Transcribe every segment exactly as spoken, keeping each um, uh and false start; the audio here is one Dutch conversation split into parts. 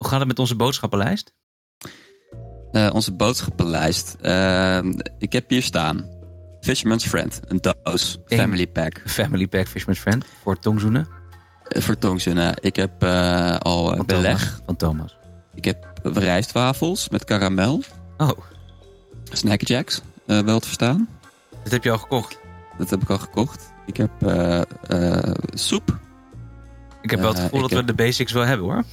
Hoe gaat het met onze boodschappenlijst? Uh, onze boodschappenlijst. Uh, ik heb hier staan. Fisherman's Friend. Een doos. Eén. Family pack. Family pack Fisherman's Friend. Voor tongzoenen. Uh, voor tongzoenen. Ik heb uh, al uh, van beleg. Thomas. Van Thomas. Ik heb rijstwafels met karamel. Oh. Snackjacks. Uh, wel te verstaan. Dat heb je al gekocht? Dat heb ik al gekocht. Ik heb uh, uh, soep. Ik heb wel het gevoel uh, dat heb... we de basics wel hebben, hoor.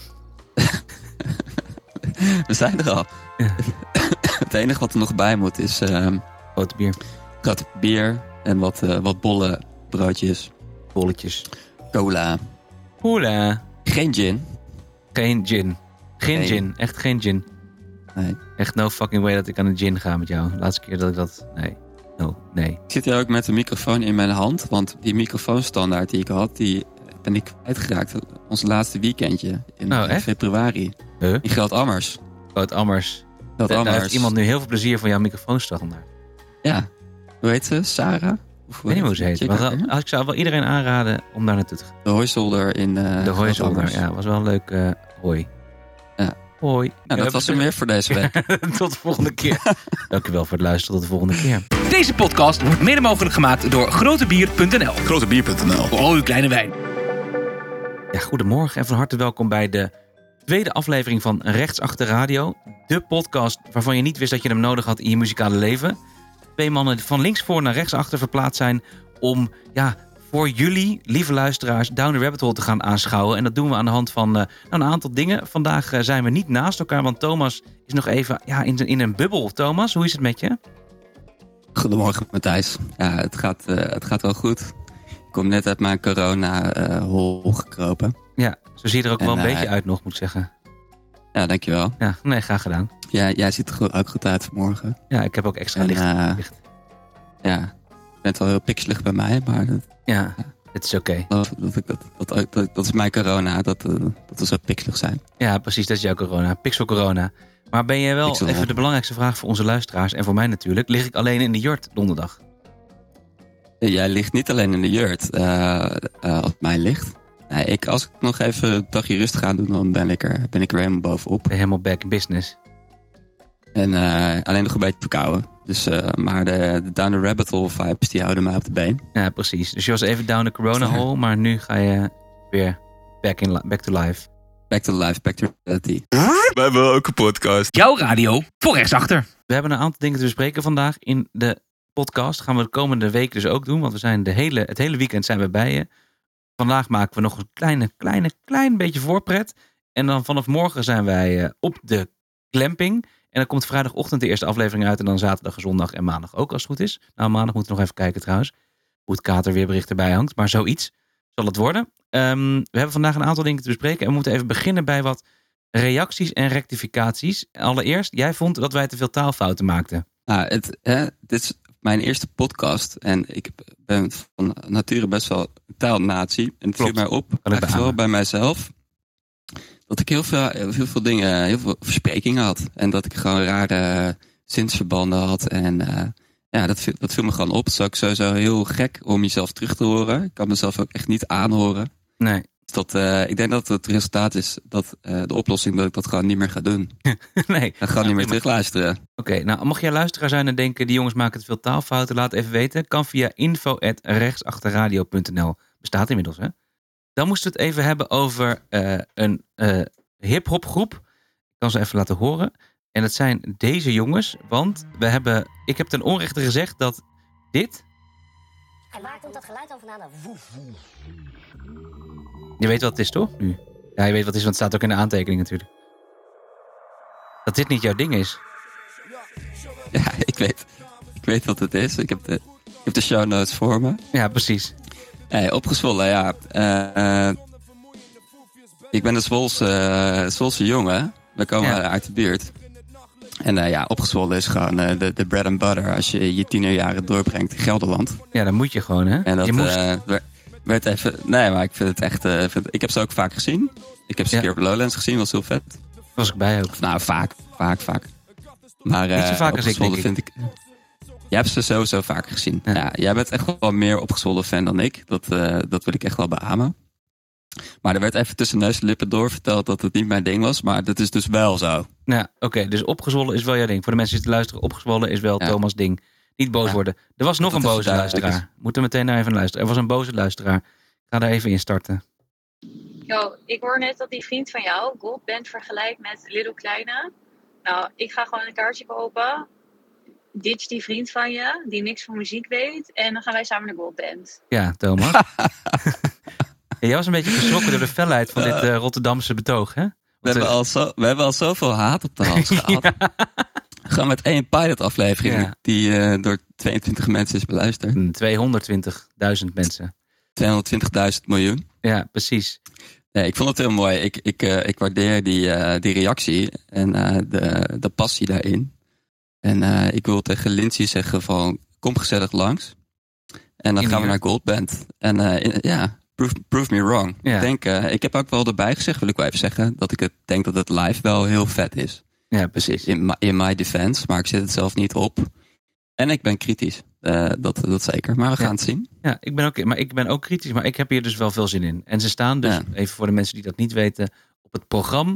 We zijn er al. Ja. Het enige wat er nog bij moet is... Uh, grote bier. Grote bier en wat, uh, wat bolle broodjes. Bolletjes. Cola. Cola. Geen gin. Geen gin. Geen nee. gin. Echt geen gin. Nee. Echt no fucking way dat ik aan een gin ga met jou. Laatste keer dat ik dat... Nee. No, nee. Ik zit hier ook met een microfoon in mijn hand. Want die microfoonstandaard die ik had, die ben ik kwijtgeraakt. Ons laatste weekendje in oh, februari. Huh? In Groot-Ammers. Groot-Ammers. Groot-Ammers. Daar heeft iemand nu heel veel plezier van jouw microfoonstandaard. Ja. Hoe heet ze? Sarah? Of ik weet niet hoe ze heet. Was, ik zou wel iedereen aanraden om daar naartoe te gaan. De hooizolder in uh, De hooizolder, ja. Was wel een leuk uh, hooi. Ja. Hoi. Nou, dat was er meer voor deze week. Tot de volgende keer. Dankjewel voor het luisteren. Tot de volgende keer. Deze podcast wordt mede mogelijk gemaakt door grotebier punt n l. grotebier punt n l. Voor al uw kleine wijn. Ja, goedemorgen en van harte welkom bij de tweede aflevering van Rechtsachter Radio. De podcast waarvan je niet wist dat je hem nodig had in je muzikale leven. Twee mannen van linksvoor naar rechtsachter verplaatst zijn om... ja. voor jullie, lieve luisteraars, Down the Rabbit Hole te gaan aanschouwen. En dat doen we aan de hand van uh, nou, een aantal dingen. Vandaag uh, zijn we niet naast elkaar, want Thomas is nog even ja, in, in een bubbel. Thomas, hoe is het met je? Goedemorgen, Matthijs. Ja, het gaat, uh, het gaat wel goed. Ik kom net uit mijn corona-hol uh, gekropen. Ja, zo zie je er ook en, wel een uh, beetje uit nog, moet ik zeggen. Ja, dankjewel. Ja, nee, graag gedaan. Ja, jij ziet er goed, ook goed uit vanmorgen. Ja, ik heb ook extra en, licht. Uh, licht. Ja. Je bent wel heel pixelig bij mij, maar... Dat, ja, het is oké. Okay. Dat, dat, dat, dat, dat, dat is mijn corona, dat, uh, dat we zo pixelig zijn. Ja, precies, dat is jouw corona. Pixel corona. Maar ben jij wel, Pixel, even de belangrijkste vraag voor onze luisteraars... en voor mij natuurlijk, lig ik alleen in de jurt donderdag? Jij ligt niet alleen in de jurt, uh, uh, als het mij ligt. Nee, ik, als ik nog even een dagje rustig ga doen, dan ben ik er, ben ik er helemaal bovenop. Ben helemaal back in business. En uh, alleen nog een beetje verkouden. Dus, uh, maar de, de Down the Rabbit Hole vibes, die houden mij op de been. Ja, precies. Dus je was even down the corona hole, maar nu ga je weer back, in, back to life. Back to life, back to reality. We hebben ook een podcast. Jouw radio voor rechtsachter. We hebben een aantal dingen te bespreken vandaag in de podcast. Gaan we de komende week dus ook doen, want we zijn de hele, het hele weekend zijn we bij je. Vandaag maken we nog een kleine, kleine, klein beetje voorpret. En dan vanaf morgen zijn wij uh, op de glamping. En dan komt vrijdagochtend de eerste aflevering uit. En dan zaterdag, zondag en maandag ook, als het goed is. Nou, maandag moeten we nog even kijken trouwens. Hoe het katerweerbericht erbij hangt. Maar zoiets zal het worden. Um, we hebben vandaag een aantal dingen te bespreken. En we moeten even beginnen bij wat reacties en rectificaties. Allereerst, jij vond dat wij te veel taalfouten maakten. Nou, het, hè, dit is mijn eerste podcast. En ik ben van nature best wel een taalnatie. En het viel mij op, vooral bij mijzelf... dat ik heel veel, heel veel dingen, heel veel versprekingen had. En dat ik gewoon rare zinsverbanden had. En uh, ja, dat, dat viel me gewoon op. Het is ook sowieso heel gek om jezelf terug te horen. Ik kan mezelf ook echt niet aanhoren. Nee. Dat, uh, ik denk dat het resultaat is dat uh, de oplossing dat ik dat gewoon niet meer ga doen. Nee. Ik ga gewoon niet meer terugluisteren. Oké, okay, nou mocht jij luisteraar zijn en denken... die jongens maken te veel taalfouten, laat even weten. Kan via info at rechtsachterradio punt n l. Bestaat inmiddels, hè? Dan moesten we het even hebben over uh, een uh, hip-hop groep. Ik kan ze even laten horen. En dat zijn deze jongens. Want we hebben, ik heb ten onrechte gezegd dat dit... En waar komt dat geluid over vandaan? Woef, woef. Je weet wat het is, toch? Nu. Ja, je weet wat het is, want het staat ook in de aantekening natuurlijk. Dat dit niet jouw ding is. Ja, ik weet, ik weet wat het is. Ik heb de, ik heb de show notes voor me. Ja, precies. Hey, opgezwollen, ja. Uh, uh, ik ben een Zwolse, uh, Zwolse jongen. We komen ja. uit de buurt. En uh, ja, opgezwollen is gewoon uh, de, de bread and butter als je je tienerjaren doorbrengt in Gelderland. Ja, dan moet je gewoon, hè? En dat je moest... uh, werd even... Nee, maar ik vind het echt... Uh, vind, ik heb ze ook vaak gezien. Ik heb ze een ja. keer op Lowlands gezien, was heel vet. Was ik bij ook. Of, nou, vaak, vaak, vaak. Maar uh, niet zo vaak als ik, denk ik. Vind ik. Jij hebt ze sowieso vaker gezien. Ja. Ja, jij bent echt wel meer opgezwollen fan dan ik. Dat, uh, dat wil ik echt wel beamen. Maar er werd even tussen neus en lippen door verteld dat het niet mijn ding was. Maar dat is dus wel zo. Nou, oké. Okay, dus opgezwollen is wel jouw ding. Voor de mensen die te luisteren, opgezwollen is wel ja. Thomas' ding. Niet boos ja. worden. Er was nog dat een boze luisteraar. Is. Moeten we meteen naar even luisteren. Er was een boze luisteraar. Ik ga daar even in starten. Yo, ik hoor net dat die vriend van jou Goldband vergelijkt met Little Kleine. Nou, ik ga gewoon een kaartje kopen. Ditch die vriend van je, die niks van muziek weet. En dan gaan wij samen naar Goldband. Ja, Thomas. Ja, jij was een beetje geschrokken door de felheid van dit uh, Rotterdamse betoog, hè? We hebben, al zo, we hebben al zoveel haat op de hals gehad. Ja. Gewoon met één pilot-aflevering ja. die uh, door tweeëntwintig mensen is beluisterd. tweehonderdtwintigduizend mensen. tweehonderdtwintigduizend miljoen. Ja, precies. Nee, ik vond het heel mooi. Ik, ik, uh, ik waardeer die, uh, die reactie en uh, de, de passie daarin. En uh, ik wil tegen Lindsay zeggen van, kom gezellig langs. En dan in gaan we naar Goldband. En uh, in, ja... Prove, prove me wrong. Ja. Ik, denk, uh, ik heb ook wel erbij gezegd, wil ik wel even zeggen, dat ik het denk dat het live wel heel vet is. Ja, precies. In, my, in my defense, maar ik zet het zelf niet op. En ik ben kritisch, uh, dat, dat zeker. Maar we gaan ja. het zien. Ja, ik ben, ook, maar ik ben ook kritisch, maar ik heb hier dus wel veel zin in. En ze staan dus, ja. even voor de mensen die dat niet weten, op het programma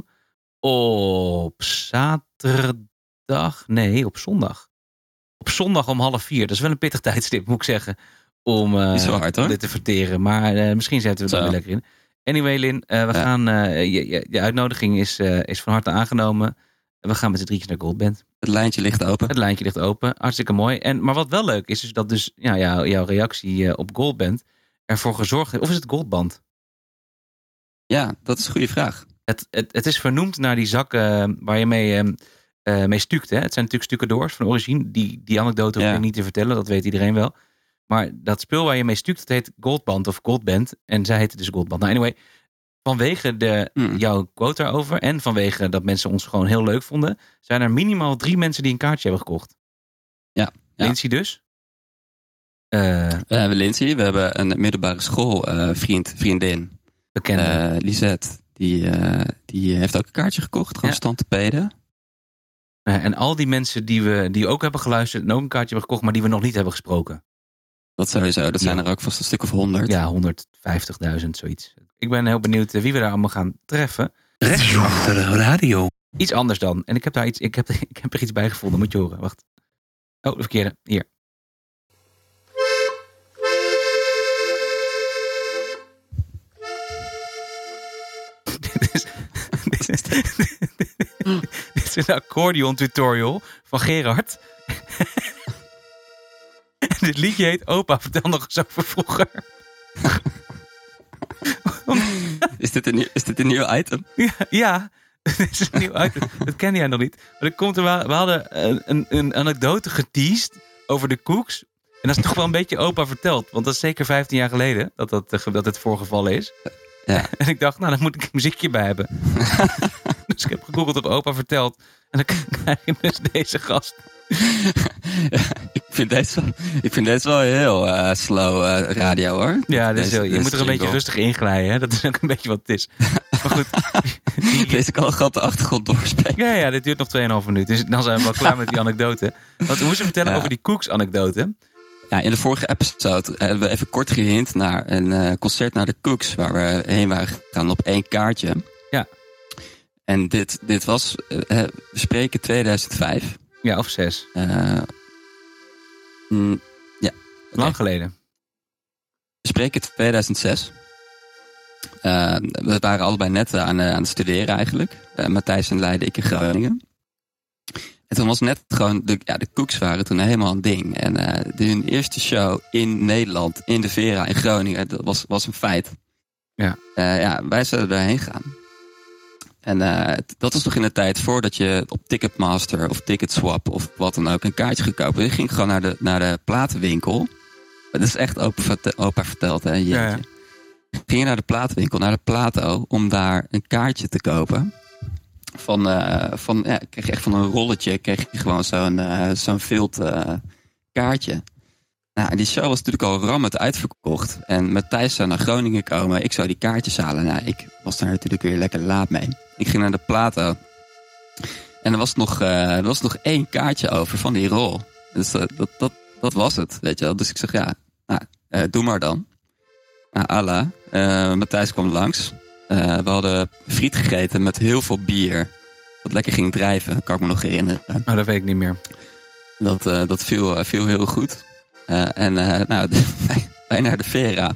op zaterdag, nee, op zondag. Op zondag om half vier. Dat is wel een pittig tijdstip, moet ik zeggen. Om, uh, hard, om dit te verteren. Maar uh, misschien zetten we het er weer lekker in. Anyway, Lin, uh, we ja. gaan, uh, je, je, je uitnodiging is, uh, is van harte aangenomen. We gaan met z'n drietjes naar Goldband. Het lijntje ligt open. Het lijntje ligt open. Hartstikke mooi. En, maar wat wel leuk is, is dat dus ja, jou, jouw reactie uh, op Goldband ervoor gezorgd heeft. Of is het Goldband? Ja, dat is een goede vraag. Het, het, het is vernoemd naar die zak uh, waar je mee, uh, uh, mee stukt. Hè? Het zijn natuurlijk stucadoors van origine. Die, die anekdote hoef ik ja. niet te vertellen. Dat weet iedereen wel. Maar dat spul waar je mee stukt, dat heet Goldband of Goldband. En zij heette dus Goldband. Nou, anyway, vanwege de, mm. jouw quote daarover en vanwege dat mensen ons gewoon heel leuk vonden, zijn er minimaal drie mensen die een kaartje hebben gekocht. Ja. ja. Lindsay dus? Uh, we hebben Lindsay, we hebben een middelbare school uh, vriend, vriendin. Bekende. Uh, Lisette, die, uh, die heeft ook een kaartje gekocht, gewoon ja. standtepeden. Uh, en al die mensen die we die ook hebben geluisterd en ook een kaartje hebben gekocht, maar die we nog niet hebben gesproken. Dat sowieso, dat zijn ja. er ook vast een stuk of honderd. Ja, honderdvijftigduizend, zoiets. Ik ben heel benieuwd wie we daar allemaal gaan treffen. Rechts achter de radio. Iets anders dan. En ik heb daar iets, ik heb, ik heb er iets bij gevonden, moet je horen. Wacht. Oh, de verkeerde. Hier. dit, is, dit, is, dit is een accordeon tutorial van Gerard. Dit liedje heet Opa, vertel nog eens over vroeger. Is dit een nieuw, is dit een nieuw item? Ja, ja, dit is een nieuw item. Dat ken jij nog niet. Maar dat komt er wel, we hadden een, een anekdote geteased over de koeks. En dat is toch wel een beetje Opa verteld. Want dat is zeker vijftien jaar geleden dat, dat, dat het voorgevallen is. Ja. En ik dacht, nou, daar moet ik een muziekje bij hebben. Dus ik heb gegoogeld op Opa verteld. En dan krijg je dus deze gast. Ja, ik, vind deze, ik vind deze wel heel uh, slow uh, radio, hoor. Ja, dus deze, je deze moet er een beetje rustig inglijden. Hè? Dat is ook een beetje wat het is. Maar goed. Die... Deze kan nog op de achtergrond doorspelen. Ja, ja, dit duurt nog tweeënhalve minuut. Dus dan zijn we wel klaar met die anekdote. Wat moest je vertellen ja. over die Cooks-anekdote? Ja, in de vorige episode hebben we even kort gehint naar een uh, concert naar de Cooks, waar we heen waren gegaan op één kaartje. Ja. En dit, dit was, uh, we spreken tweeduizend vijf. Ja, of zes. Uh, mm, ja. Okay. Lang geleden. We spreken tweeduizend zes. Uh, we waren allebei net aan, uh, aan het studeren eigenlijk. Uh, Matthijs en Leiden, ik in Groningen. En toen was net gewoon, de, ja, de Cooks waren toen helemaal een ding. En uh, de, hun eerste show in Nederland, in de Vera in Groningen, dat was, was een feit. Ja. Uh, ja, wij zouden daarheen gaan. En uh, dat was nog in de tijd voordat je op Ticketmaster of Ticketswap of wat dan ook een kaartje ging kopen. Je ging gewoon naar de, naar de platenwinkel. Dat is echt opa, opa verteld, hè? Jeetje. Ja, ja. Ging je naar de platenwinkel, naar de Plato, om daar een kaartje te kopen. Van, uh, van ja, kreeg je echt van een rolletje, kreeg je gewoon zo'n, uh, zo'n vilt uh, kaartje. Nou, en die show was natuurlijk al rammend uitverkocht. En Matthijs zou naar Groningen komen. Ik zou die kaartjes halen. Nou, ik was daar natuurlijk weer lekker laat mee. Ik ging naar de Plato. En er was nog, uh, er was nog één kaartje over van die rol. Dus uh, dat, dat, dat was het, weet je wel. Dus ik zeg, ja, nou, uh, doe maar dan. Nou, Allah. Uh, Matthijs kwam langs. Uh, we hadden friet gegeten met heel veel bier. Wat lekker ging drijven, kan ik me nog herinneren. Oh, dat weet ik niet meer. Dat, uh, dat viel, uh, viel heel goed. Uh, en uh, nou, wij, wij naar de Vera.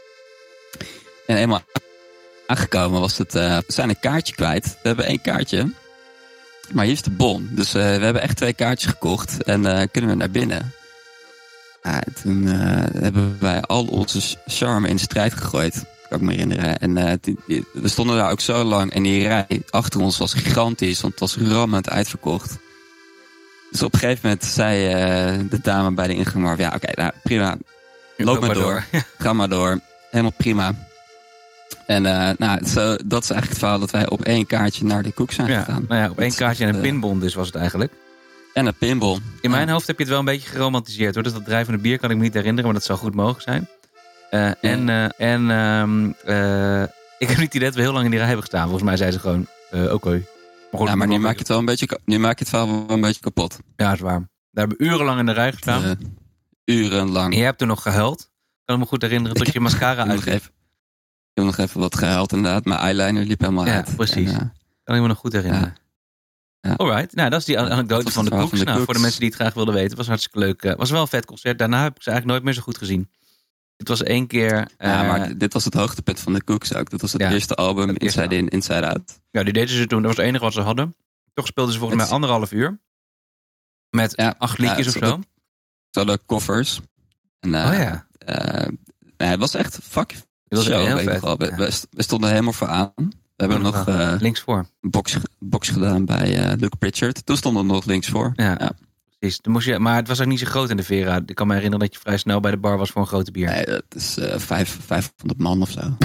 En eenmaal aangekomen was het... Uh, we zijn een kaartje kwijt. We hebben één kaartje. Maar hier is de bon. Dus uh, we hebben echt twee kaartjes gekocht. En uh, kunnen we naar binnen. Uh, toen uh, hebben wij al onze charme in de strijd gegooid. Kan ik me herinneren. En uh, die, die, we stonden daar ook zo lang. En die rij achter ons was gigantisch. Want het was rammend uitverkocht. Dus op een gegeven moment zei uh, de dame bij de ingang maar... Ja, oké, okay, nou prima. Loop maar door. door. Ga maar door. Helemaal prima. En uh, nou, zo, dat is eigenlijk het verhaal dat wij op één kaartje naar de koek zijn ja, gegaan. Nou ja, op één kaartje en een pinbon dus was het eigenlijk. En een pinball. In mijn ja. hoofd heb je het wel een beetje geromantiseerd hoor. Dus dat drijvende bier kan ik me niet herinneren, maar dat zou goed mogelijk zijn. Uh, ja. En, uh, en um, uh, ik heb niet het idee dat we heel lang in die rij hebben gestaan. Volgens mij zei ze gewoon, uh, oké. Okay. Maar, ja, maar nu maak je het wel een beetje, nu maak je het verhaal wel een beetje kapot. Ja, dat is waar. Daar hebben we urenlang in de rij gestaan. Uh, urenlang. En jij hebt toen nog gehuild. Ik kan me goed herinneren dat je mascara uit. Ik heb nog even wat gehuild inderdaad. Mijn eyeliner liep helemaal ja, uit. Precies. En, uh, kan ik me nog goed herinneren. Ja. Ja. Alright, nou dat is die anekdote ja, van de Cooks. Nou, voor de mensen die het graag wilden weten. Het was hartstikke leuk. Het was wel een vet concert. Daarna heb ik ze eigenlijk nooit meer zo goed gezien. Het was één keer... Ja, uh, maar dit was het hoogtepunt van de Cooks ook. Dat was het ja, eerste album, het Inside eerste In, Inside Out. Ja, die deden ze toen. Dat was het enige wat ze hadden. Toch speelden ze volgens het... mij anderhalf uur. Met ja, acht liedjes ja, of zo. Ze hadden covers. En, uh, oh ja. Uh, nee, het was echt fuck. Het was show, heel vet. Ja. We, we stonden helemaal vooraan. We hebben nog uh, links voor. een box, box gedaan bij uh, Luke Pritchard. Toen stonden we nog links voor. Ja, ja. Precies. Toen moest je, maar het was ook niet zo groot in de Vera. Ik kan me herinneren dat je vrij snel bij de bar was voor een grote bier. Nee, dat is uh, vijf, vijfhonderd man of zo.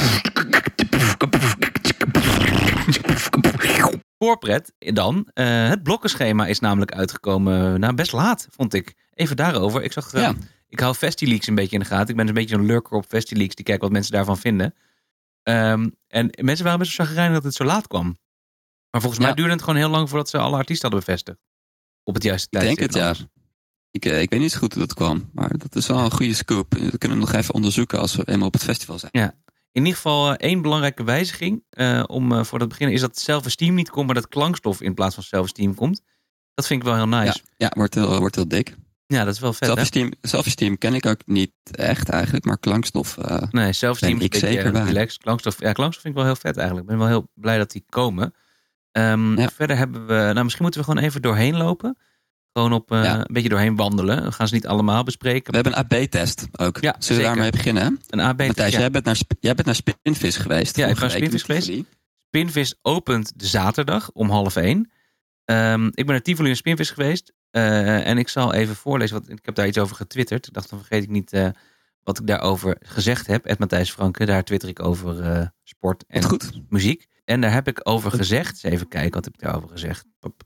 Voorpret dan. Uh, het blokkenschema is namelijk uitgekomen. Nou, best laat, vond ik. Even daarover. Ik zag... Uh, ja. Ik hou Festileaks een beetje in de gaten. Ik ben een beetje een lurker op Festileaks. Die kijken wat mensen daarvan vinden. Um, en mensen waren best wel chagrijnig dat het zo laat kwam. Maar volgens ja. mij duurde het gewoon heel lang voordat ze alle artiesten hadden bevestigd. Op het juiste tijdstip. Ik denk het, ja. Ik, ik weet niet zo goed hoe dat kwam. Maar dat is wel een goede scoop. We kunnen hem nog even onderzoeken als we eenmaal op het festival zijn. Ja. In ieder geval uh, één belangrijke wijziging. Uh, om uh, voor dat beginnen is dat Self-Esteem niet komt. Maar dat Klankstof in plaats van Self-Esteem komt. Dat vind ik wel heel nice. Ja, ja wordt, heel, wordt heel dik. Ja, dat is wel vet. Self-esteem, self-esteem ken ik ook niet echt eigenlijk, maar Klankstof. Uh, nee, Self-Esteem is een beetje uh, relaxed. Klankstof, ja, Klankstof vind ik wel heel vet eigenlijk. Ik ben wel heel blij dat die komen. Um, ja. Verder hebben we, nou misschien moeten we gewoon even doorheen lopen. Gewoon op uh, ja. een beetje doorheen wandelen. We gaan ze niet allemaal bespreken. We hebben een A B-test ook. Ja, Zullen zeker. we daarmee beginnen? Een A B-test. Matthijs, ja. jij, bent naar, jij bent naar Spinvis geweest. Ja, ik ben naar Spinvis geweest. Spinvis opent de zaterdag om half één. Um, ik ben naar Tivoli en Spinvis geweest. Uh, en ik zal even voorlezen, want ik heb daar iets over getwitterd. Ik dacht, dan vergeet ik niet uh, wat ik daarover gezegd heb. Ed Matthijs Franke, daar twitter ik over uh, sport en goed. muziek. En daar heb ik over gezegd. Dus even kijken, wat heb ik daarover gezegd?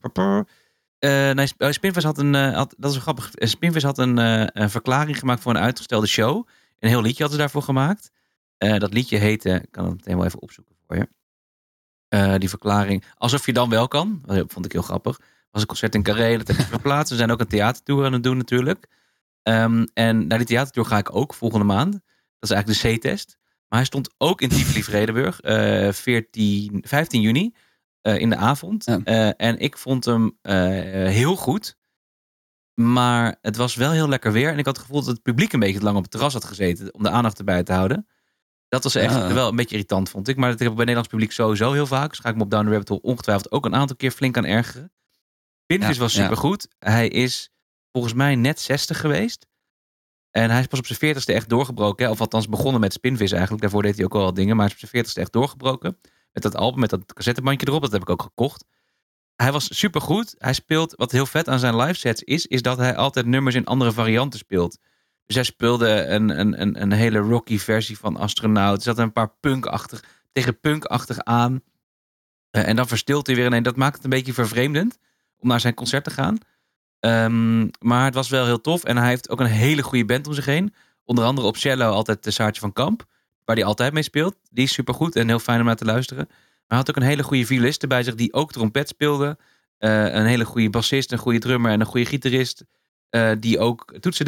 Uh, nee, Spinvis had een, uh, had, dat is wel grappig. Spinvis had een, uh, een verklaring gemaakt voor een uitgestelde show. Een heel liedje hadden ze daarvoor gemaakt. Uh, dat liedje heette, ik kan het meteen wel even opzoeken voor je. Uh, die verklaring, alsof je dan wel kan. Dat vond ik heel grappig. Was een concert in Carré, dat heb ik verplaatst. We zijn ook een theatertour aan het doen natuurlijk. Um, en naar die theatertour ga ik ook volgende maand. Dat is eigenlijk de C-test. Maar hij stond ook in Tivoli Vredenburg. Uh, veertien, vijftien juni. Uh, in de avond. Ja. Uh, en ik vond hem uh, heel goed. Maar het was wel heel lekker weer. En ik had het gevoel dat het publiek een beetje lang op het terras had gezeten. Om de aandacht erbij te houden. Dat was echt ja. wel een beetje irritant, vond ik. Maar dat heb ik bij Nederlands publiek sowieso heel vaak. Dus ga ik me op Down the Rabbit Hole ongetwijfeld ook een aantal keer flink aan ergeren. Spinvis ja, was supergoed. Ja. Hij is volgens mij net zestig geweest. En hij is pas op zijn veertigste echt doorgebroken. Hè? Of althans begonnen met Spinvis eigenlijk. Daarvoor deed hij ook al wat dingen. Maar hij is op zijn veertigste echt doorgebroken. Met dat album, met dat cassettebandje erop. Dat heb ik ook gekocht. Hij was supergoed. Hij speelt, wat heel vet aan zijn live sets is... is dat hij altijd nummers in andere varianten speelt. Dus hij speelde een, een, een, een hele rocky versie van Astronaut. Er zat een paar punkachtig, tegen punkachtig aan. Uh, en dan verstilt hij weer. En dat maakt het een beetje vervreemdend om naar zijn concert te gaan. Um, maar het was wel heel tof. En hij heeft ook een hele goede band om zich heen. Onder andere op cello altijd de Saartje van Kamp. Waar hij altijd mee speelt. Die is supergoed en heel fijn om naar te luisteren. Maar hij had ook een hele goede violiste bij zich die ook trompet speelde. Uh, een hele goede bassist, een goede drummer en een goede gitarist. Uh, die ook toetsen deed.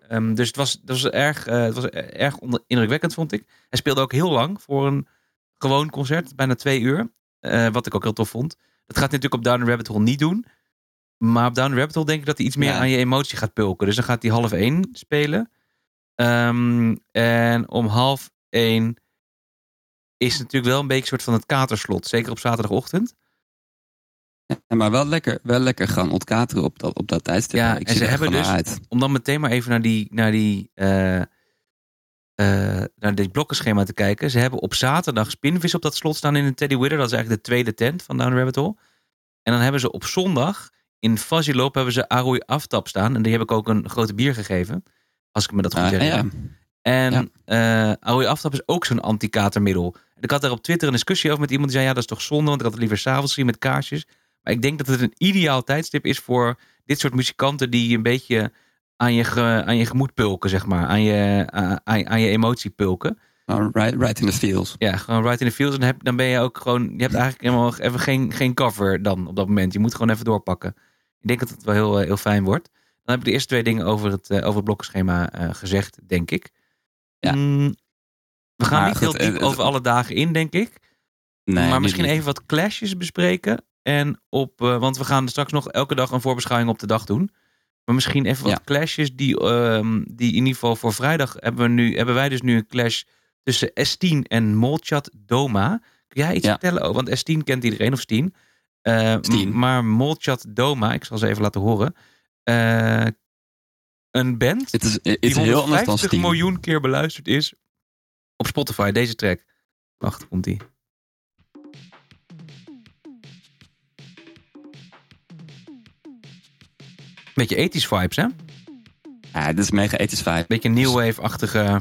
Um, dus het was, het was, erg, uh, het was erg onder, indrukwekkend, vond ik. Hij speelde ook heel lang voor een gewoon concert. Bijna twee uur. Uh, wat ik ook heel tof vond. Dat gaat hij natuurlijk op Down the Rabbit Hole niet doen. Maar op Down the Rabbit Hole denk ik dat hij iets meer ja. aan je emotie gaat pulken. Dus dan gaat hij half één spelen. Um, en om half één is het natuurlijk wel een beetje een soort van het katerslot. Zeker op zaterdagochtend. Ja, maar wel lekker, wel lekker gaan ontkateren op dat, op dat tijdstip. Ja, ik en ze hebben dus, uit. om dan meteen maar even naar die, naar die, uh, uh, naar die blokkenschema te kijken. Ze hebben op zaterdag Spinvis op dat slot staan in een Teddy Wither. Dat is eigenlijk de tweede tent van Down the Rabbit Hole. En dan hebben ze op zondag in Fuzzy Loop hebben ze Aroui Aftap staan. En die heb ik ook een grote bier gegeven. Als ik me dat goed zeg. Uh, ja. En ja. uh, Aroui Aftap is ook zo'n anti-katermiddel. En ik had daar op Twitter een discussie over met iemand die zei, ja, dat is toch zonde, want ik had het liever 's avonds gezien met kaarsjes. Maar ik denk dat het een ideaal tijdstip is voor dit soort muzikanten die een beetje aan je, ge, aan je gemoed pulken, zeg maar. Aan je, aan, aan je emotie pulken. Oh, right, right in the feels. Ja, gewoon right in the feels. En dan, heb, dan ben je ook gewoon, je hebt eigenlijk helemaal even geen, geen cover dan op dat moment. Je moet gewoon even doorpakken. Ik denk dat het wel heel, heel fijn wordt. Dan heb ik de eerste twee dingen over het, uh, over het blokkenschema uh, gezegd, denk ik. Ja. Mm, we gaan maar niet goed, heel diep uh, over alle dagen in, denk ik. Nee, maar misschien niet. even wat clashes bespreken. En op, uh, want we gaan straks nog elke dag een voorbeschouwing op de dag doen. Maar misschien even wat ja. clashes die, uh, die in ieder geval voor vrijdag hebben, we nu, hebben wij dus nu een clash tussen S tien en Molchat Doma. Kun jij iets ja. vertellen? Oh, want S tien kent iedereen, of Steen. Uh, Steen. Maar Molchat Doma, ik zal ze even laten horen. Uh, een band het is, het die is heel honderdvijftig miljoen keer beluisterd is op Spotify, deze track. Wacht, komt die. Beetje ethisch vibes, hè? Ja, dit is mega ethisch vibe. Beetje new wave-achtige.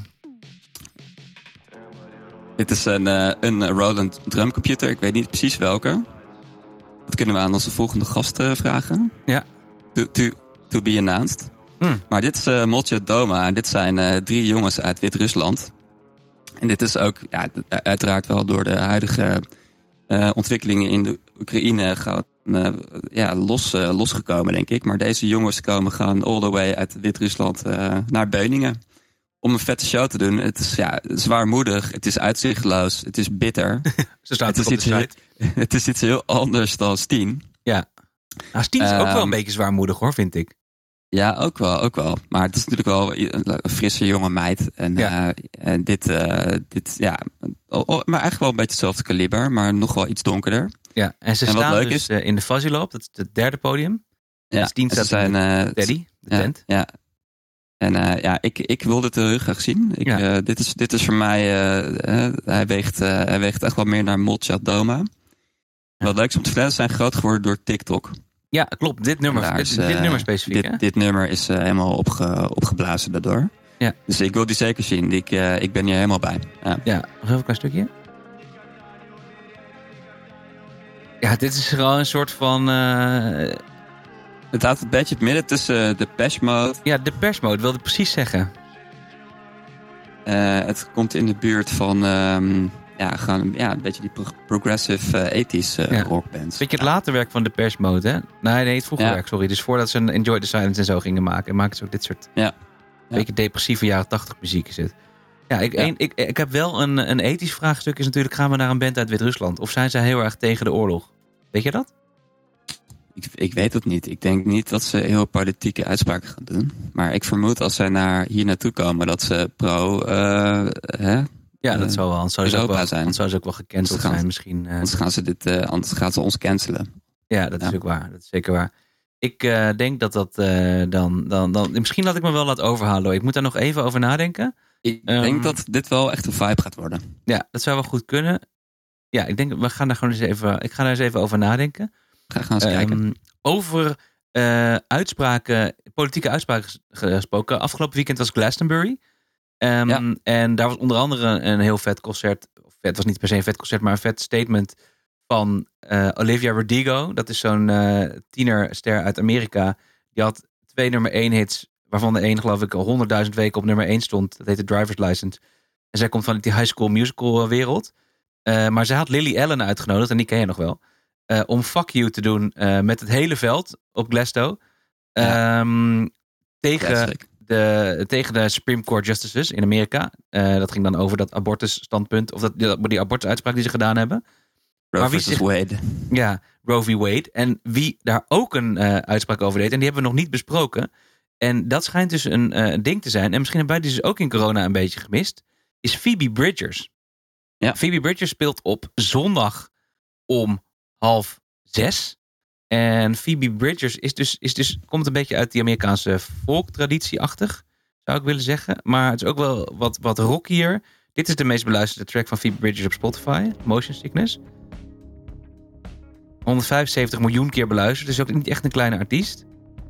Dit is een, uh, een Roland drumcomputer. Ik weet niet precies welke. Dat kunnen we aan onze volgende gast uh, vragen. Ja. To, to, to be announced. Hmm. Maar dit is uh, Molchat Doma. En dit zijn uh, drie jongens uit Wit-Rusland. En dit is ook ja, uiteraard wel door de huidige uh, ontwikkelingen in de Oekraïne gaan, uh, ja, los, uh, losgekomen, denk ik. Maar deze jongens komen gaan all the way uit Wit-Rusland uh, naar Beuningen. Om een vette show te doen. Het is ja, zwaarmoedig, het is uitzichtloos, het is bitter. Ze staat het, is iets heel, het is iets heel anders dan Steen. Ja, nou, Steen is um, ook wel een beetje zwaarmoedig, hoor, vind ik. Ja, ook wel, ook wel. Maar het is natuurlijk wel een frisse jonge meid. En, ja. uh, en dit, uh, dit, ja, oh, oh, maar eigenlijk wel een beetje hetzelfde kaliber, maar nog wel iets donkerder. Ja, en ze en staan leuk dus is, uh, in de Fuzzy Loop, dat is het derde podium. Ja, Steen staat zijn uh, Teddy, de ja, tent. Ja. En uh, ja, ik, ik wil dit heel graag zien. Ik, ja. uh, dit, is, dit is voor mij, uh, uh, hij, weegt, uh, hij weegt echt wel meer naar Molchat Doma. Ja. Wat leuk is om te vertellen, zijn groot geworden door TikTok. Ja, klopt. Dit nummer, dit, is, uh, dit nummer specifiek. Dit, hè? dit nummer is uh, helemaal opge, opgeblazen daardoor. Ja. Dus ik wil die zeker zien. Ik, uh, ik ben hier helemaal bij. Ja, ja nog even een klein stukje. Ja, dit is gewoon een soort van... Uh... Het houdt een beetje het midden tussen de Depeche Mode. Ja, de Depeche Mode wilde ik precies zeggen. Uh, het komt in de buurt van... Um, Ja, gewoon ja, een beetje die pro- progressive uh, ethisch uh, ja. rockbands. Beetje het ja. later werk van Depeche Mode, hè? Nee, nee, het vroege ja. werk, sorry. Dus voordat ze een Enjoy the Silence en zo gingen maken. En maken ze ook dit soort ja. Ja. beetje depressieve jaren tachtig muziek is het. Ja, ik, ja. Een, ik, ik heb wel een, een ethisch vraagstuk. Is natuurlijk, gaan we naar een band uit Wit-Rusland? Of zijn zij heel erg tegen de oorlog? Weet je dat? Ik, ik weet het niet. Ik denk niet dat ze heel politieke uitspraken gaan doen. Maar ik vermoed als zij naar, hier naartoe komen dat ze pro... Uh, hè? Ja, dat zou wel. Anders zou ze ook wel, zijn. zou ze ook wel gecanceld gaan, zijn misschien. Uh, anders gaan ze dit, uh, anders gaan ze ons cancelen. Ja, dat ja. is ook waar. Dat is zeker waar. Ik uh, denk dat dat uh, dan, dan, dan... Misschien dat ik me wel laat overhalen. Hoor. Ik moet daar nog even over nadenken. Ik um, denk dat dit wel echt een vibe gaat worden. Ja, dat zou wel goed kunnen. Ja, ik denk, we gaan daar gewoon eens even... Ik ga daar eens even over nadenken. Ga gaan eens um, kijken. Over uh, uitspraken, politieke uitspraken gesproken. Afgelopen weekend was Glastonbury. Um, ja. En daar was onder andere een heel vet concert. Of het was niet per se een vet concert, maar een vet statement van uh, Olivia Rodrigo. Dat is zo'n uh, tienerster uit Amerika. Die had twee nummer één hits, waarvan de één geloof ik al honderdduizend weken op nummer één stond. Dat heette Driver's License. En zij komt van die high school musical wereld. Uh, maar zij had Lily Allen uitgenodigd, en die ken je nog wel. Uh, om Fuck You te doen uh, met het hele veld op Glasgow. Ja. Um, tegen, de, tegen de Supreme Court Justices in Amerika. Uh, dat ging dan over dat abortusstandpunt. Of dat, die abortusuitspraak die ze gedaan hebben. Roe versus Wade. Ja, Roe v. Wade. En wie daar ook een uh, uitspraak over deed. En die hebben we nog niet besproken. En dat schijnt dus een uh, ding te zijn. En misschien hebben wij die dus ook in corona een beetje gemist. Is Phoebe Bridgers. Ja. Phoebe Bridgers speelt op zondag om half zes. En Phoebe Bridgers is dus, is dus, komt een beetje uit die Amerikaanse folktraditie-achtig, zou ik willen zeggen. Maar het is ook wel wat, wat rockier. Dit is de meest beluisterde track van Phoebe Bridgers op Spotify. Motion Sickness. honderdvijfenzeventig miljoen keer beluisterd. Dus ook niet echt een kleine artiest.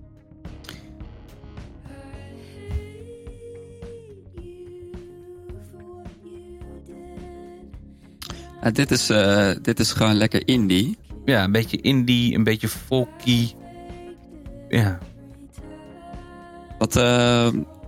Ja, dit, is, uh, dit is gewoon lekker indie. Ja, een beetje indie, een beetje folky. Ja. Wat uh,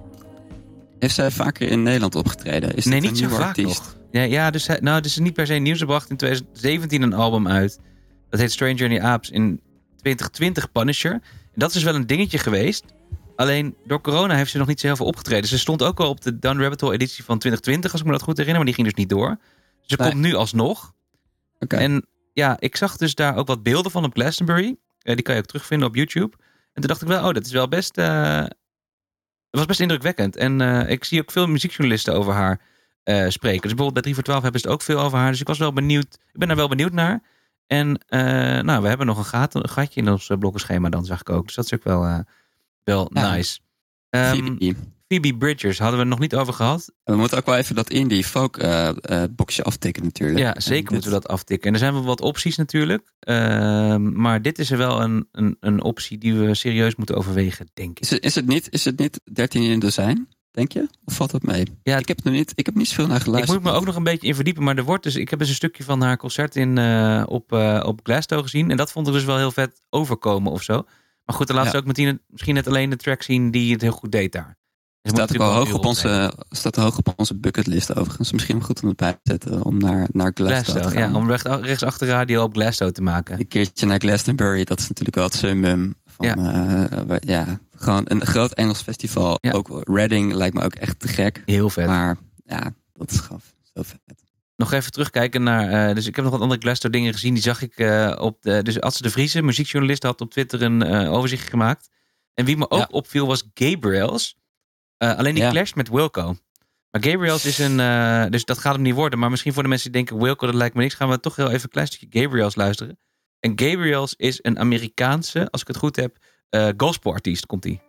heeft zij vaker in Nederland opgetreden? Is nee, dit niet een zo vaak artiest? nog. Ja, ja dus, nou, dus niet per se nieuws. Ze bracht in twintig zeventien een album uit. Dat heet Stranger in the Apes. In twintig twintig Punisher. En dat is dus wel een dingetje geweest. Alleen door corona heeft ze nog niet zo heel veel opgetreden. Ze stond ook al op de Down Rabbit Hole editie van twintig twintig, als ik me dat goed herinner. Maar die ging dus niet door. Dus ze nee. komt nu alsnog. Okay. En ja, ik zag dus daar ook wat beelden van op Glastonbury. Uh, die kan je ook terugvinden op YouTube. En toen dacht ik wel, oh, dat is wel best... Uh, dat was best indrukwekkend. En uh, ik zie ook veel muziekjournalisten over haar uh, spreken. Dus bijvoorbeeld bij drie voor twaalf hebben ze het ook veel over haar. Dus ik was wel benieuwd. Ik ben daar wel benieuwd naar. En uh, nou, we hebben nog een, gat, een gatje in ons blokkenschema dan, zag ik ook. Dus dat is ook wel, uh, wel ja. nice. Um, Phoebe. Phoebe Bridgers hadden we het nog niet over gehad. We moeten ook wel even dat indie folk uh, uh, boxje aftikken natuurlijk. Ja, zeker dit... moeten we dat aftikken. En er zijn wel wat opties natuurlijk. Uh, maar dit is er wel een, een, een optie die we serieus moeten overwegen, denk ik. Is het, is het, niet, is het niet dertien in dozijn, denk je? Of valt dat mee? Ja, ik heb er niet, ik heb niet zoveel naar geluisterd. Ik moet me ook nog een beetje in verdiepen. Maar er wordt dus, ik heb dus een stukje van haar concert in, uh, op, uh, op Glasto gezien. En dat vond ik dus wel heel vet overkomen of zo. Maar goed, dan laat ze ja. ook meteen, misschien net alleen de track zien die het heel goed deed daar. Dus staat ook wel hoog op, onze, staat hoog op onze bucketlist overigens. Misschien goed om het bij te zetten om naar, naar Glasto te gaan. Ja, om recht, rechts achter radio op Glasto te maken. Een keertje naar Glastonbury, dat is natuurlijk wel het summum van ja. Uh, ja, gewoon een groot Engels festival. Ja. Ook Reading lijkt me ook echt te gek. Heel vet. Maar ja, dat is gewoon zo vet. Nog even terugkijken naar... Uh, dus ik heb nog wat andere Glasto dingen gezien. Die zag ik uh, op de... Dus Adse de Vriese, muziekjournalist, had op Twitter een uh, overzicht gemaakt. En wie me ook ja. opviel was Gabriels. Uh, alleen die ja. clasht met Wilco. Maar Gabriels is een... Uh, dus dat gaat hem niet worden. Maar misschien voor de mensen die denken... Wilco, dat lijkt me niks. Gaan we toch heel even een klein stukje Gabriels luisteren. En Gabriels is een Amerikaanse... Als ik het goed heb... Uh, gospelartiest komt hij.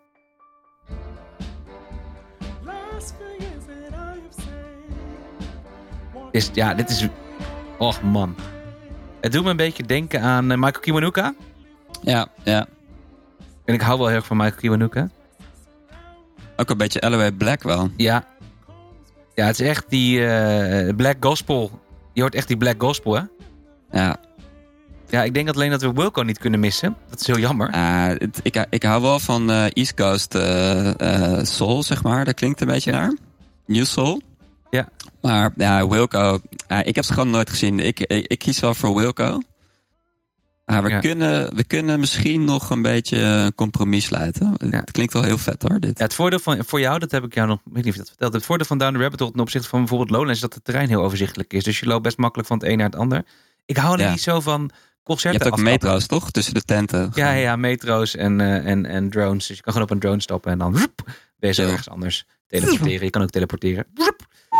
Is, ja, dit is... Och man. Het doet me een beetje denken aan uh, Michael Kiwanuka. Ja, ja. En ik hou wel heel erg van Michael Kiwanuka. Ook een beetje L O A Black wel. Ja. Ja, het is echt die uh, Black Gospel. Je hoort echt die Black Gospel, hè? Ja. Ja, ik denk alleen dat we Wilco niet kunnen missen. Dat is heel jammer. Uh, het, ik, ik hou wel van uh, East Coast uh, uh, Soul, zeg maar. Dat klinkt een beetje ja. naar. New Soul. Ja. Maar ja, Wilco... Uh, ik heb ze gewoon nooit gezien. Ik, ik, ik kies wel voor Wilco. Uh, we, ja. kunnen, we kunnen misschien nog een beetje een compromis sluiten. Ja. Het klinkt wel heel vet hoor, dit. Ja, het voordeel van, voor jou, dat heb ik jou nog... Ik weet niet of je dat verteld. Het voordeel van Down the Rabbit Hole ten opzichte van bijvoorbeeld Lowlands... is dat het terrein heel overzichtelijk is. Dus je loopt best makkelijk van het een naar het ander. Ik hou er ja. niet zo van concerten. Je hebt ook afkappen. Metro's, toch? Tussen de tenten. Ja, ja, metro's en, uh, en, en drones. Dus je kan gewoon op een drone stappen en dan... Woep, ben je zo ergens anders. Teleporteren. Je kan ook teleporteren. Woep.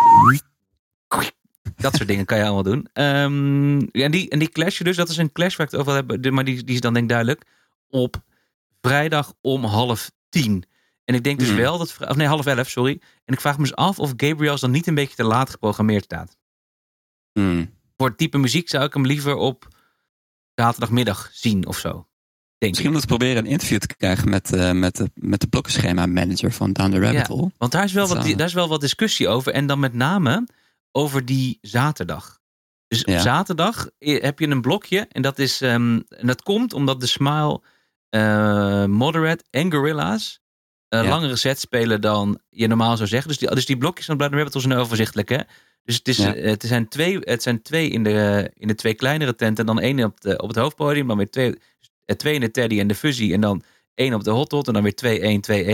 Dat soort dingen kan je allemaal doen. Um, en, die, en die clash dus, dat is een clash waar ik het over heb. Maar die, die is dan denk ik duidelijk. Op vrijdag om half tien. En ik denk dus mm. wel dat... Of nee, half elf, sorry. En ik vraag me dus af of Gabriels dan niet een beetje te laat geprogrammeerd staat. Mm. Voor het type muziek zou ik hem liever op zaterdagmiddag zien of zo. Denk Misschien moeten we proberen een interview te krijgen met, uh, met, de, met de blokkenschema manager van Down the Rabbit Hole. Ja, want daar is, wel wat, daar is wel wat discussie over. En dan met name over die zaterdag. Dus ja. op zaterdag heb je een blokje. En dat, is, um, en dat komt omdat de Smile, uh, Moderate en Gorillaz uh, ja. langere sets spelen dan je normaal zou zeggen. Dus die, dus die blokjes van Down the Rabbit Hole zijn overzichtelijk, hè? Dus het, is, ja. het, zijn twee, het zijn twee in de, in de twee kleinere tenten. En dan één op, de, op het hoofdpodium. Dan weer twee, twee in de Teddy en de Fuzzy. En dan één op de Hot Hot. En dan weer twee, één, twee, één.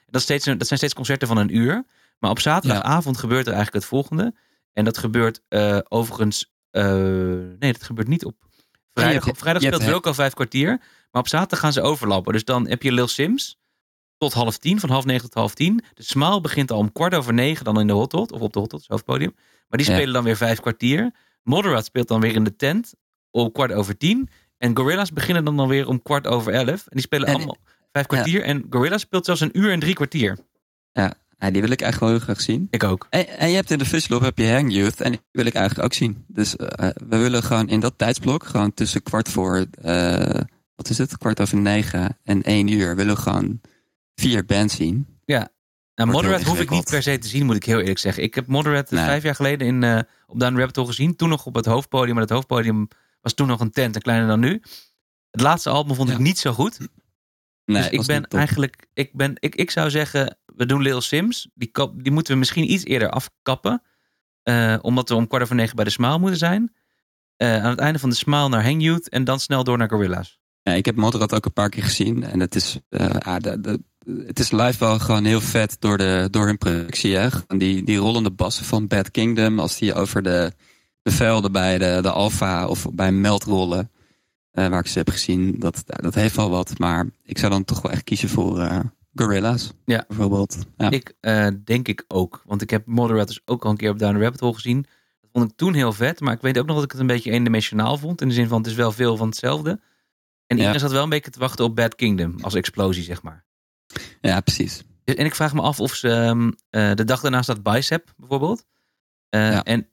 Dat, is steeds een, dat zijn steeds concerten van een uur. Maar op zaterdagavond ja. gebeurt er eigenlijk het volgende. En dat gebeurt uh, overigens... Uh, nee, dat gebeurt niet op vrijdag. Hebt, op vrijdag speelt Wilco vijf kwartier. Maar op zaterdag gaan ze overlappen. Dus dan heb je Lil Sims tot half tien. Van half negen tot half tien. De Smile begint al om kwart over negen dan in de Hot Hot. Of op de Hot Hot, het hoofdpodium. Maar die spelen ja. dan weer vijf kwartier. Moderat speelt dan weer in de tent om kwart over tien. En Gorillaz beginnen dan, dan weer om kwart over elf. En die spelen en, allemaal vijf kwartier. Ja. En Gorillaz speelt zelfs een uur en drie kwartier. Ja, ja die wil ik eigenlijk wel heel graag zien. Ik ook. En, en je hebt in de Fuzzyloop heb je Hang Youth. En die wil ik eigenlijk ook zien. Dus uh, we willen gewoon in dat tijdsblok, gewoon tussen kwart voor, uh, wat is het? Kwart over negen en één uur, willen we gewoon vier bands zien. Ja. Nou, Moderat hoef ik niet per se te zien, moet ik heel eerlijk zeggen. Ik heb Moderat nee. vijf jaar geleden in, uh, op Down Rabbit Hole gezien. Toen nog op het hoofdpodium. Maar het hoofdpodium was toen nog een tent en kleiner dan nu. Het laatste album vond ja. ik niet zo goed. Nee, dus ik ben eigenlijk... Ik, ben, ik, ik zou zeggen, we doen Lil Sims. Die, kap, die moeten we misschien iets eerder afkappen. Uh, omdat we om kwart over negen bij de Smile moeten zijn. Uh, aan het einde van de Smile naar Hang Youth. En dan snel door naar Gorillaz. Ja, ik heb Moderat ook een paar keer gezien. En het is... Uh, ah, de, de, Het is live wel gewoon heel vet door, de, door hun productie. Hè? Die, die rollende bassen van Bad Kingdom. Als die over de, de velden bij de, de Alpha of bij Meld rollen. Uh, waar ik ze heb gezien. Dat, dat heeft wel wat. Maar ik zou dan toch wel echt kiezen voor uh, Gorillaz. Ja. Bijvoorbeeld. Ja. Ik uh, denk ik ook. Want ik heb Moderat dus ook al een keer op Down the Rabbit Hole gezien. Dat vond ik toen heel vet. Maar ik weet ook nog dat ik het een beetje eendimensionaal vond. In de zin van het is wel veel van hetzelfde. En iedereen ja. zat wel een beetje te wachten op Bad Kingdom. Als explosie zeg maar. Ja, precies. En ik vraag me af of ze... Um, uh, de dag daarna staat Bicep bijvoorbeeld. Uh, ja. En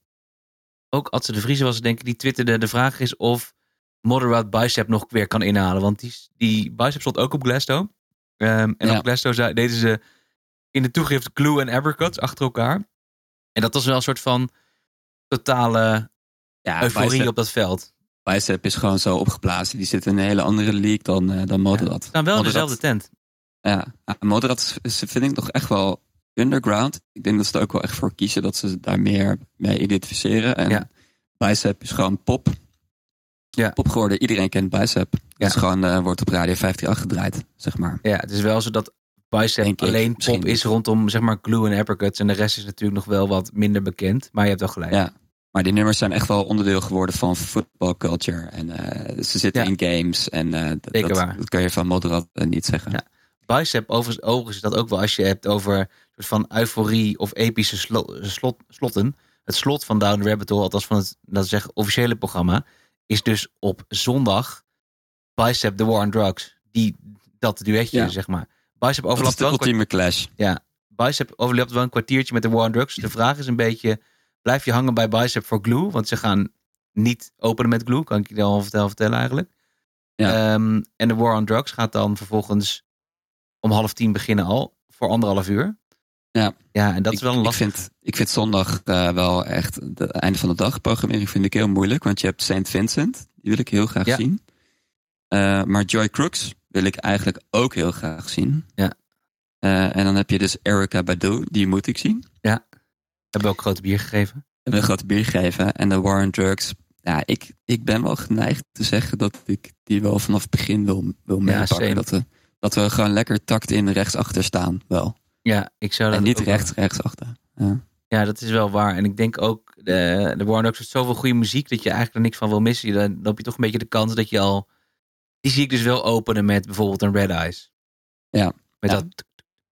ook Adse de Vriezer was denk ik, die twitterde... De vraag is of Moderat Bicep nog weer kan inhalen. Want die, die Bicep stond ook op Glasto. Um, en ja. op Glasto zei, deden ze in de toegift Glue en Apricots achter elkaar. En dat was wel een soort van totale ja, euforie Bicep, op dat veld. Bicep is gewoon zo opgeblazen. Die zit in een hele andere league dan, uh, dan Moderat. Ja, staan wel in dezelfde tent. Ja, Moderat vind ik toch echt wel underground. Ik denk dat ze er ook wel echt voor kiezen dat ze daar meer mee identificeren. En ja. Bicep is gewoon pop. Ja. Pop geworden. Iedereen kent Bicep. Ja. Het is gewoon, uh, wordt op Radio vijftig gedraaid, zeg maar. Ja, het is wel zo dat Bicep denk alleen ik, pop is rondom, zeg maar, Glue en Apricots. En de rest is natuurlijk nog wel wat minder bekend. Maar je hebt wel gelijk. Ja. Maar die nummers zijn echt wel onderdeel geworden van football culture. En uh, ze zitten ja. in games. En uh, dat, dat, dat kun je van Moderat uh, niet zeggen. Ja. Bicep, overigens, overigens is dat ook wel als je hebt over soort van euforie of epische slot, slot, slotten. Het slot van Down the Rabbit Hole, althans van het, dat is zeggen, officiële programma, is dus op zondag Bicep The War on Drugs. Die, dat duetje, ja. zeg maar. Bicep overlapt wel een ultieme clash. Ja, Bicep overlapt wel een kwartiertje met The War on Drugs. De vraag is een beetje, blijf je hangen bij Bicep voor Glue? Want ze gaan niet openen met Glue, kan ik je al vertellen, vertellen eigenlijk. Ja. Um, en The War on Drugs gaat dan vervolgens om half tien beginnen al, voor anderhalf uur. Ja, ja en dat ik, is wel een lastig. Ik vind, ik vind zondag uh, wel echt, het einde van de dag programmering vind ik heel moeilijk, want je hebt Saint Vincent, die wil ik heel graag ja. zien. Uh, maar Joy Crooks wil ik eigenlijk ook heel graag zien. Ja. Uh, en dan heb je dus Erykah Badu, die moet ik zien. Ja, hebben we ook grote bier gegeven. Hebben we een grote bier gegeven. En de War on Drugs, ja, ik, ik ben wel geneigd te zeggen dat ik die wel vanaf het begin wil, wil meepakken. Ja, dat we Dat we gewoon lekker takt in rechtsachter staan, wel. Ja, ik zou dat en niet ook rechts, wel... rechtsachter. Ja. ja, dat is wel waar. En ik denk ook, de, de Warren Oaks heeft zoveel goede muziek dat je eigenlijk er niks van wil missen. Dan loop je toch een beetje de kans dat je al... Die zie ik dus wel openen met bijvoorbeeld een Red Eyes. Ja. Met ja. dat...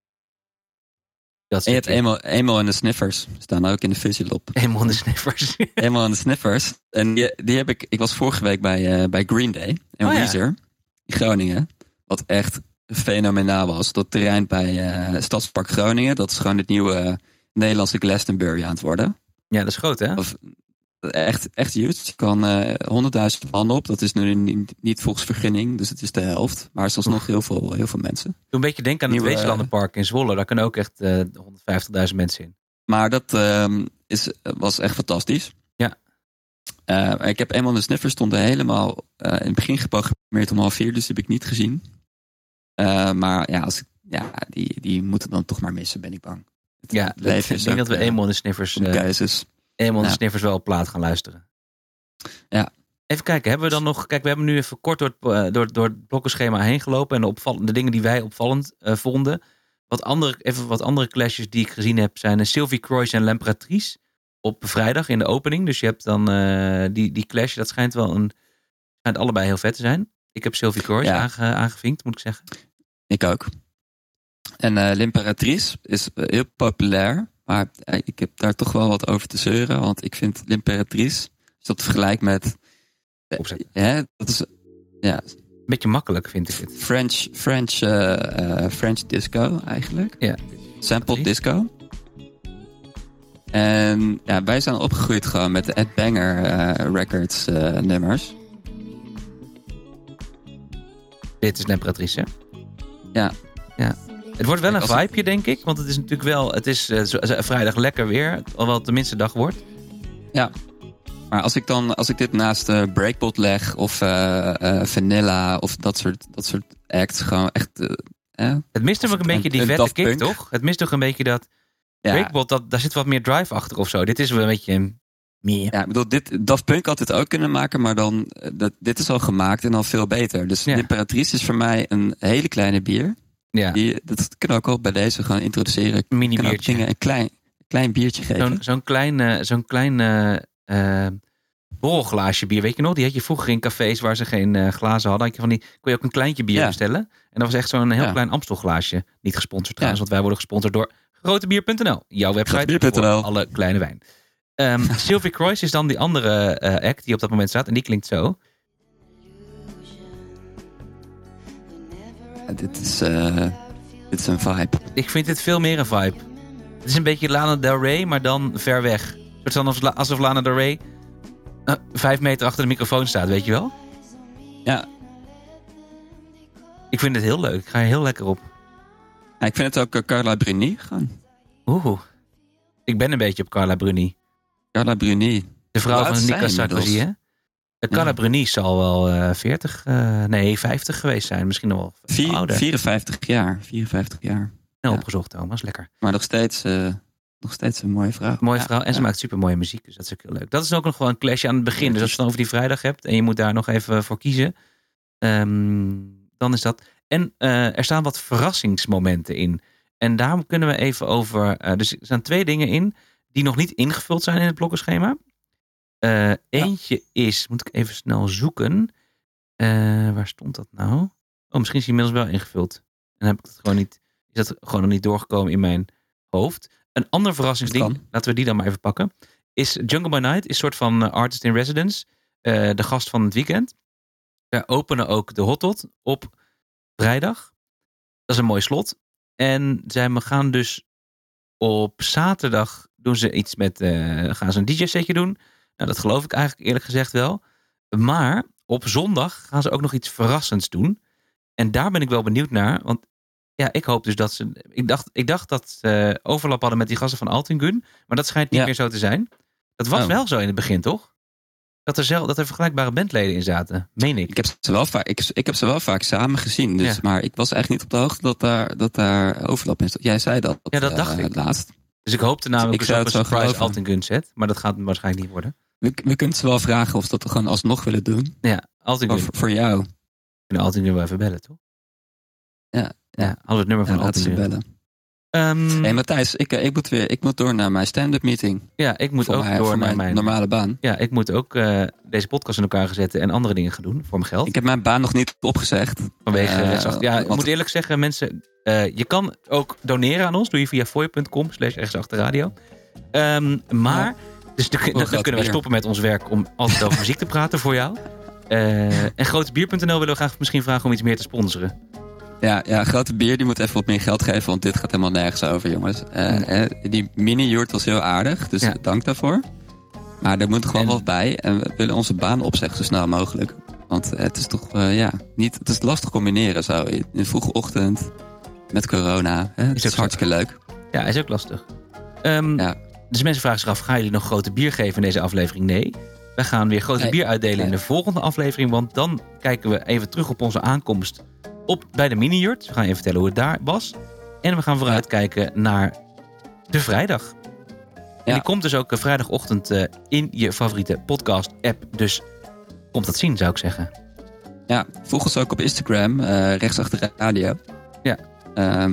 dat en je hebt eenmaal, eenmaal in de Sniffers. Staan ook in de Fuzzyloop. Eenmaal in de Sniffers. eenmaal in de Sniffers. En die, die heb ik... Ik was vorige week bij, uh, bij Green Day. En oh, Weezer. Ja. In Groningen. Wat echt... fenomenaal was. Dat terrein bij uh, Stadspark Groningen. Dat is gewoon het nieuwe uh, Nederlandse Glastonbury aan het worden. Ja, dat is groot hè? Of, echt, echt huge. Je kan uh, honderdduizend man op. Dat is nu niet, niet volgens vergunning. Dus het is de helft. Maar er is nog heel veel, heel veel mensen. Doe een beetje denken aan het Weeslandenpark in Zwolle. Daar kunnen ook echt uh, honderdvijftigduizend mensen in. Maar dat uh, is, was echt fantastisch. Ja. Uh, ik heb eenmaal in de Sniffers stonden helemaal uh, in het begin geprogrammeerd om half vier. Dus die heb ik niet gezien. Uh, maar ja, als ik, ja die, die moeten dan toch maar missen, ben ik bang. Het ja, leven ik denk dat we uh, eenmaal in de Sniffers, uh, eenmaal in de ja. Sniffers wel op plaat gaan luisteren. Ja. Even kijken, hebben we dan nog... Kijk, we hebben nu even kort door het, uh, door, door het blokkenschema heen gelopen en de, opvallende, de dingen die wij opvallend uh, vonden. wat andere, even wat andere clashes die ik gezien heb zijn Sylvie Croix en L'Impératrice op vrijdag in de opening. Dus je hebt dan uh, die, die clash, dat schijnt wel een, schijnt allebei heel vet te zijn. Ik heb Sylvie Croix ja. aange, aangevinkt, moet ik zeggen. Ik ook. En uh, L'Impératrice is uh, heel populair. Maar uh, ik heb daar toch wel wat over te zeuren. Want ik vind L'Impératrice, als dat vergelijkt met... Uh, hè, dat is... Ja, beetje makkelijk, vind ik het. French, French, uh, uh, French disco eigenlijk. Ja. Sample disco. En ja, wij zijn opgegroeid gewoon met de Ed Banger uh, Records uh, nummers. Dit is L'Impératrice, hè? Ja. Ja. Het wordt wel een vibeje, denk ik. Want het is natuurlijk wel... Het is uh, vrijdag lekker weer. Alhoewel het de minste dag wordt. Ja. Maar als ik dan, als ik dit naast uh, Breakbot leg of uh, uh, Vanilla of dat soort, dat soort acts, gewoon echt. Uh, eh, het mist toch ook een beetje die vette kick, toch? Het mist toch een beetje dat. Ja. Breakbot, dat, daar zit wat meer drive achter of zo. Dit is wel een beetje meer. Ja, ik bedoel, dit, Daft Punk had dit ook kunnen maken, maar dan, dat, dit is al gemaakt en dan veel beter. Dus ja. L'Impératrice is voor mij een hele kleine bier. Ja. Die, dat kunnen we ook al bij deze gewoon introduceren. Mini biertje. Dingen een klein, klein biertje geven. Zo'n, zo'n klein, uh, zo'n klein uh, uh, borrelglaasje bier, weet je nog? Die had je vroeger in cafés waar ze geen uh, glazen hadden. Had je van die, kon je ook een kleintje bier ja. bestellen. En dat was echt zo'n heel ja. klein Amstelglaasje. Niet gesponsord trouwens, ja. want wij worden gesponsord door grotebier punt n l. Jouw website voor alle kleine wijn. Um, Sylvie Croix is dan die andere uh, act die op dat moment staat. En die klinkt zo. Ja, dit is, uh, dit is een vibe. Ik vind dit veel meer een vibe. Het is een beetje Lana Del Rey, maar dan ver weg. Het is alsof, alsof Lana Del Rey uh, vijf meter achter de microfoon staat, weet je wel? Ja. Ik vind het heel leuk. Ik ga er heel lekker op. Ja, ik vind het ook uh, Carla Bruni gaan. Oeh. Ik ben een beetje op Carla Bruni. Carla Bruni. De vrouw van Nicolas Sarkozy, hè? Carla ja. Bruni zal wel uh, veertig, uh, nee, vijftig geweest zijn. Misschien nog wel Vier, ouder. vierenvijftig jaar. vierenvijftig jaar. Snel ja. opgezocht, Thomas. Lekker. Maar nog steeds, uh, nog steeds een mooie vrouw. Mooie ja. vrouw. En ja. ze maakt super mooie muziek. Dus dat is ook heel leuk. Dat is ook nog wel een clashje aan het begin. Ja, dus als je het dan over die vrijdag hebt en je moet daar nog even voor kiezen. Um, dan is dat. En uh, er staan wat verrassingsmomenten in. En daar kunnen we even over... Uh, dus er staan twee dingen in die nog niet ingevuld zijn in het blokkenschema. Uh, eentje ja. is, moet ik even snel zoeken. Uh, waar stond dat nou? Oh, misschien is hij inmiddels wel ingevuld. En dan heb ik het gewoon niet, is dat gewoon nog niet doorgekomen in mijn hoofd. Een ander verrassingsding, laten we die dan maar even pakken, is Jungle by Night, is een soort van artist in residence. Uh, de gast van het weekend. Daar openen ook de Hot Tot op vrijdag. Dat is een mooi slot. En zij gaan dus op zaterdag doen ze iets met, uh, gaan ze een D J-setje doen. Nou, dat geloof ik eigenlijk eerlijk gezegd wel. Maar op zondag gaan ze ook nog iets verrassends doen. En daar ben ik wel benieuwd naar. Want ja, ik hoop dus dat ze... Ik dacht, ik dacht dat ze overlap hadden met die gasten van Altingun. Maar dat schijnt niet ja. meer zo te zijn. Dat was oh. wel zo in het begin, toch? Dat er, zelf, dat er vergelijkbare bandleden in zaten. Meen ik. Ik heb ze wel vaak, ik, ik heb ze wel vaak samen gezien. Dus, ja. Maar ik was eigenlijk niet op de hoogte dat daar, dat daar overlap is. Jij zei dat. Ja, dat dacht uh, ik. Laatst. Dus ik hoopte namelijk dus op een surprise Altingun set. Maar dat gaat waarschijnlijk niet worden. We, we kunnen ze wel vragen of ze dat gewoon alsnog willen doen. Ja, Altingun. Voor, voor jou. We kunnen Altingun wel even bellen, toch? Ja. Ja, hadden we het nummer van ja, Altingun. Laten ze bellen. Um, hey Matthijs, ik, ik, moet weer, ik moet door naar mijn stand-up meeting. Ja, ik moet ook mijn, door naar mijn, mijn normale baan. Ja, ik moet ook uh, deze podcast in elkaar zetten en andere dingen gaan doen voor mijn geld. Ik heb mijn baan nog niet opgezegd. Vanwege uh, rechtsachter. Ja, ik want... moet eerlijk zeggen, mensen, uh, je kan ook doneren aan ons. Doe je via fooi punt com slash rechtsachterradio. Um, maar, ja. dus de, dan, dan kunnen wij stoppen met ons werk om altijd over muziek te praten voor jou. Uh, en grotebier punt n l willen we graag misschien vragen om iets meer te sponsoren. Ja, ja, Grote Bier die moet even wat meer geld geven, want dit gaat helemaal nergens over, jongens. Uh, uh, die mini-jurt was heel aardig, dus ja. dank daarvoor. Maar er moet gewoon en... wat bij en we willen onze baan opzeggen zo snel mogelijk. Want uh, het is toch, uh, ja, niet, het is lastig combineren zo. In de vroege ochtend, met corona. Hè? Het is, is hartstikke leuk. Ja, is ook lastig. Um, ja. Dus mensen vragen zich af, gaan jullie nog Grote Bier geven in deze aflevering? Nee. We gaan weer Grote nee. Bier uitdelen nee. in de volgende aflevering, want dan kijken we even terug op onze aankomst op bij de mini-jurt. We gaan even vertellen hoe het daar was. En we gaan vooruitkijken naar de vrijdag. En ja. die komt dus ook vrijdagochtend uh, in je favoriete podcast-app. Dus komt dat zien, zou ik zeggen. Ja, volg ons ook op Instagram, uh, rechtsachter radio. Ja. Um,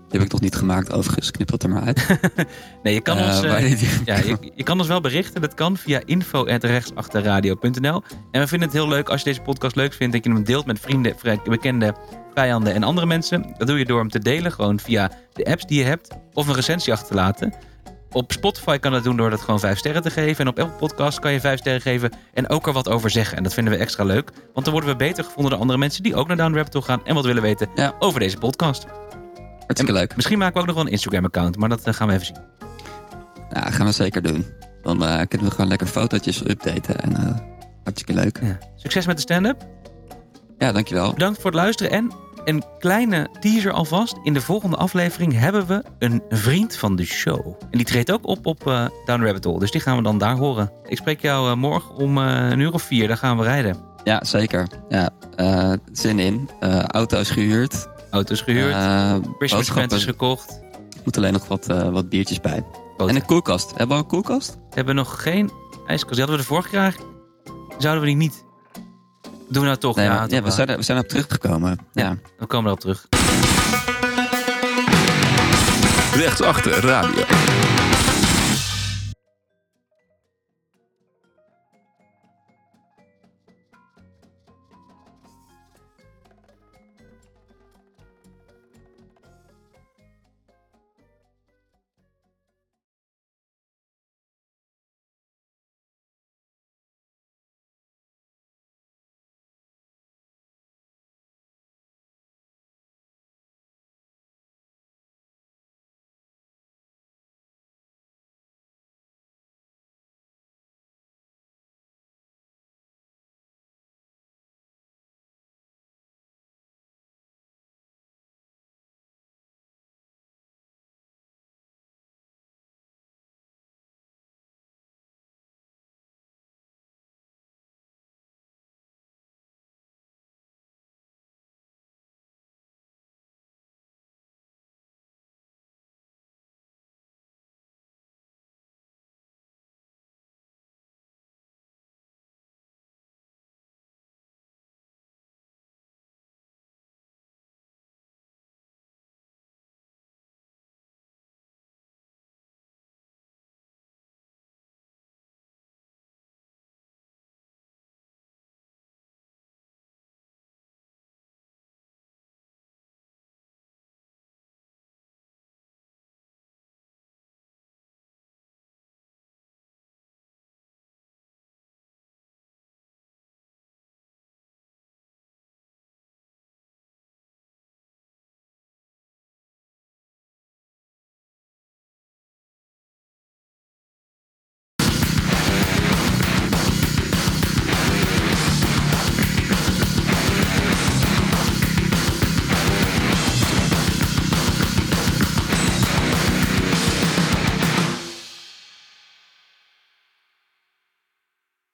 Die heb ik nog niet gemaakt, overigens. Knip dat er maar uit. nee, je kan, uh, ons, uh, ja, je, je kan ons wel berichten. Dat kan via info at rechtsachterradio punt n l. En we vinden het heel leuk als je deze podcast leuk vindt... dat je hem deelt met vrienden, bekenden, vijanden en andere mensen. Dat doe je door hem te delen, gewoon via de apps die je hebt. Of een recensie achter te laten. Op Spotify kan dat doen door dat gewoon vijf sterren te geven. En op Apple Podcasts kan je vijf sterren geven en ook er wat over zeggen. En dat vinden we extra leuk. Want dan worden we beter gevonden door andere mensen die ook naar Down the Rabbit Hole gaan... en wat willen weten ja. over deze podcast. Hartstikke leuk. Misschien maken we ook nog wel een Instagram-account, maar dat uh, gaan we even zien. Ja, dat gaan we zeker doen. Dan uh, kunnen we gewoon lekker fotootjes updaten. En uh, hartstikke leuk. Ja. Succes met de stand-up. Ja, dankjewel. Bedankt voor het luisteren. En een kleine teaser alvast. In de volgende aflevering hebben we een vriend van de show. En die treedt ook op op uh, Down the Rabbit Hole. Dus die gaan we dan daar horen. Ik spreek jou uh, morgen om uh, een uur of vier. Daar gaan we rijden. Ja, zeker. Ja, uh, zin in. Uh, auto's gehuurd. Auto's gehuurd. Uh, Christmas is gekocht. Er moeten alleen nog wat, uh, wat biertjes bij. Boter. En een koelkast. Hebben we al een koelkast? We hebben nog geen ijskast. Die hadden we de vorige keer eigenlijk. Zouden we die niet... Doen we nou toch? Nee, ja, maar, toch ja we, zijn er, we zijn erop teruggekomen. Ja, ja. We komen erop terug. Rechtsachter Radio.